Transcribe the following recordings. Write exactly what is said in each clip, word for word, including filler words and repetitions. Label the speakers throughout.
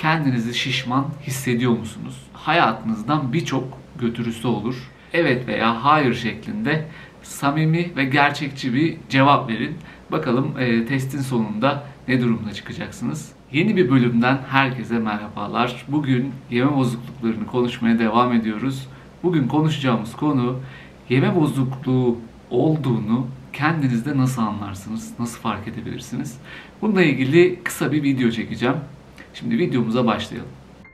Speaker 1: kendinizi şişman hissediyor musunuz? Hayatınızdan birçok götürüsü olur. Evet veya hayır şeklinde samimi ve gerçekçi bir cevap verin. Bakalım e, testin sonunda ne durumda çıkacaksınız? Yeni bir bölümden herkese merhabalar. Bugün yeme bozukluklarını konuşmaya devam ediyoruz. Bugün konuşacağımız konu yeme bozukluğu olduğunu kendinizde nasıl anlarsınız, nasıl fark edebilirsiniz? Bununla ilgili kısa bir video çekeceğim. Şimdi videomuza başlayalım.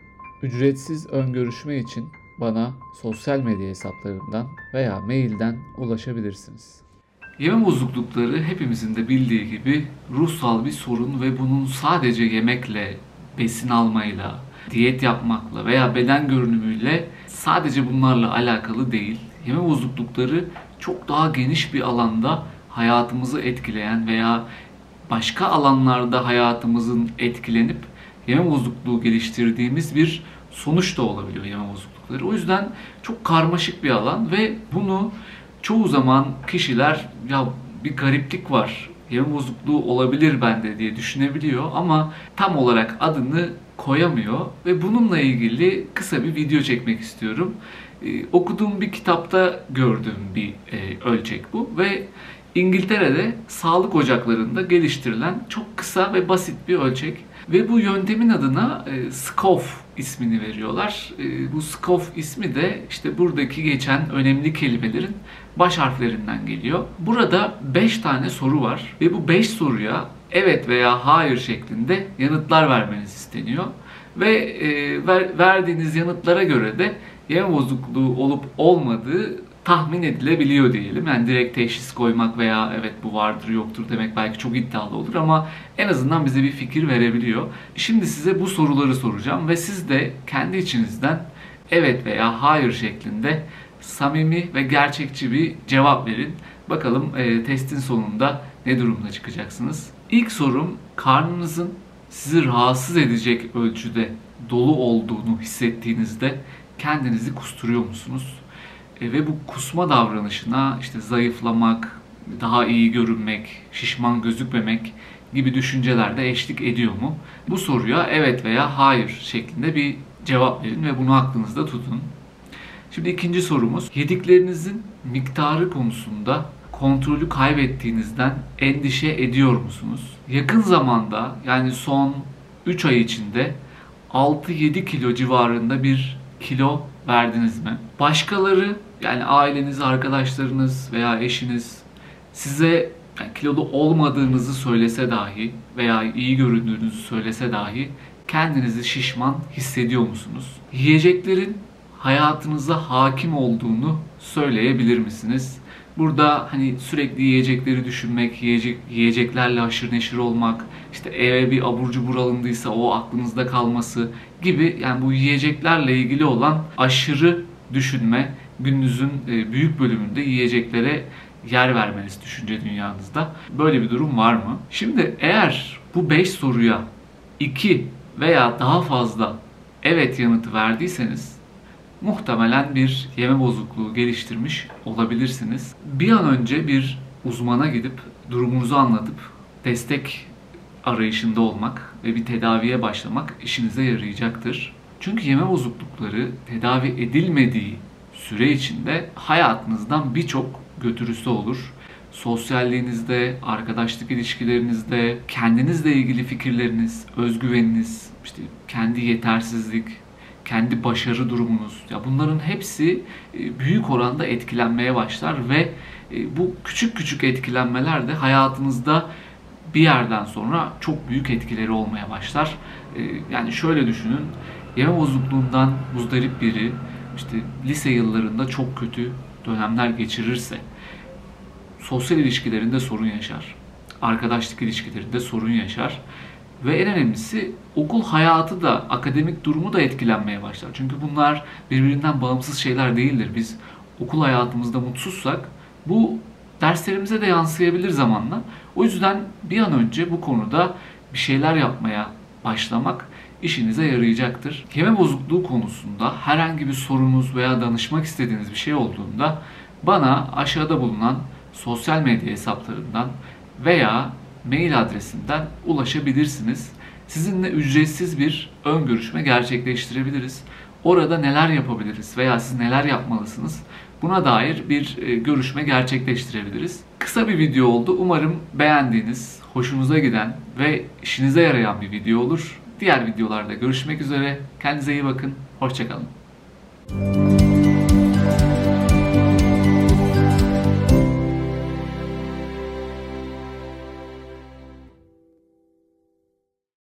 Speaker 1: Ücretsiz ön görüşme için bana sosyal medya hesaplarımdan veya mailden ulaşabilirsiniz. Yeme bozuklukları hepimizin de bildiği gibi ruhsal bir sorun ve bunun sadece yemekle, besin almayla, diyet yapmakla veya beden görünümüyle sadece bunlarla alakalı değil. Yeme bozuklukları çok daha geniş bir alanda hayatımızı etkileyen veya başka alanlarda hayatımızın etkilenip yeme bozukluğu geliştirdiğimiz bir sonuç da olabiliyor yeme bozuklukları. O yüzden çok karmaşık bir alan ve bunu çoğu zaman kişiler ya bir gariplik var, yeme bozukluğu olabilir bende diye düşünebiliyor ama tam olarak adını koyamıyor ve bununla ilgili kısa bir video çekmek istiyorum. Ee, okuduğum bir kitapta gördüğüm bir e, ölçek bu ve İngiltere'de sağlık ocaklarında geliştirilen çok kısa ve basit bir ölçek. Ve bu yöntemin adına e, SCOFF ismini veriyorlar. E, bu SCOFF ismi de işte buradaki geçen önemli kelimelerin baş harflerinden geliyor. Burada beş tane soru var ve bu beş soruya evet veya hayır şeklinde yanıtlar vermeniz isteniyor. Ve e, ver, verdiğiniz yanıtlara göre de yeme bozukluğu olup olmadığı tahmin edilebiliyor diyelim. Yani direkt teşhis koymak veya evet bu vardır yoktur demek belki çok iddialı olur ama en azından bize bir fikir verebiliyor. Şimdi size bu soruları soracağım ve siz de kendi içinizden evet veya hayır şeklinde samimi ve gerçekçi bir cevap verin. Bakalım e, testin sonunda ne durumda çıkacaksınız. İlk sorum, karnınızın sizi rahatsız edecek ölçüde dolu olduğunu hissettiğinizde kendinizi kusturuyor musunuz? Ve bu kusma davranışına işte zayıflamak, daha iyi görünmek, şişman gözükmemek gibi düşünceler de eşlik ediyor mu? Bu soruya evet veya hayır şeklinde bir cevap verin ve bunu aklınızda tutun. Şimdi ikinci sorumuz, yediklerinizin miktarı konusunda kontrolü kaybettiğinizden endişe ediyor musunuz? Yakın zamanda yani son üç ay içinde altı yedi kilo civarında bir kilo verdiniz mi? Başkaları yani aileniz, arkadaşlarınız veya eşiniz size yani kilolu olmadığınızı söylese dahi veya iyi göründüğünüzü söylese dahi kendinizi şişman hissediyor musunuz? Yiyeceklerin hayatınıza hakim olduğunu söyleyebilir misiniz? Burada hani sürekli yiyecekleri düşünmek, yiyecek, yiyeceklerle haşır neşir olmak, işte eve bir abur cubur alındıysa o aklınızda kalması gibi yani bu yiyeceklerle ilgili olan aşırı düşünme, gününüzün büyük bölümünde yiyeceklere yer vermeniz düşünce dünyanızda. Böyle bir durum var mı? Şimdi eğer bu beş soruya iki veya daha fazla evet yanıtı verdiyseniz muhtemelen bir yeme bozukluğu geliştirmiş olabilirsiniz. Bir an önce bir uzmana gidip durumunuzu anlatıp destek arayışında olmak ve bir tedaviye başlamak işinize yarayacaktır. Çünkü yeme bozuklukları tedavi edilmediği süre içinde hayatınızdan birçok götürüsü olur. Sosyalliğinizde, arkadaşlık ilişkilerinizde, kendinizle ilgili fikirleriniz, özgüveniniz, işte kendi yetersizlik, kendi başarı durumunuz, ya bunların hepsi büyük oranda etkilenmeye başlar ve bu küçük küçük etkilenmeler de hayatınızda bir yerden sonra çok büyük etkileri olmaya başlar. Yani şöyle düşünün, yeme bozukluğundan muzdarip biri işte lise yıllarında çok kötü dönemler geçirirse sosyal ilişkilerinde sorun yaşar, arkadaşlık ilişkilerinde sorun yaşar. Ve en önemlisi okul hayatı da, akademik durumu da etkilenmeye başlar. Çünkü bunlar birbirinden bağımsız şeyler değildir. Biz okul hayatımızda mutsuzsak bu derslerimize de yansıyabilir zamanla. O yüzden bir an önce bu konuda bir şeyler yapmaya başlamak işinize yarayacaktır. Yeme bozukluğu konusunda herhangi bir sorunuz veya danışmak istediğiniz bir şey olduğunda bana aşağıda bulunan sosyal medya hesaplarından veya mail adresinden ulaşabilirsiniz. sizinle ücretsiz bir ön görüşme gerçekleştirebiliriz. Orada neler yapabiliriz veya siz neler yapmalısınız, buna dair bir e, görüşme gerçekleştirebiliriz. Kısa bir video oldu. Umarım beğendiğiniz, hoşunuza giden ve işinize yarayan bir video olur. Diğer videolarda görüşmek üzere. Kendinize iyi bakın. Hoşça kalın.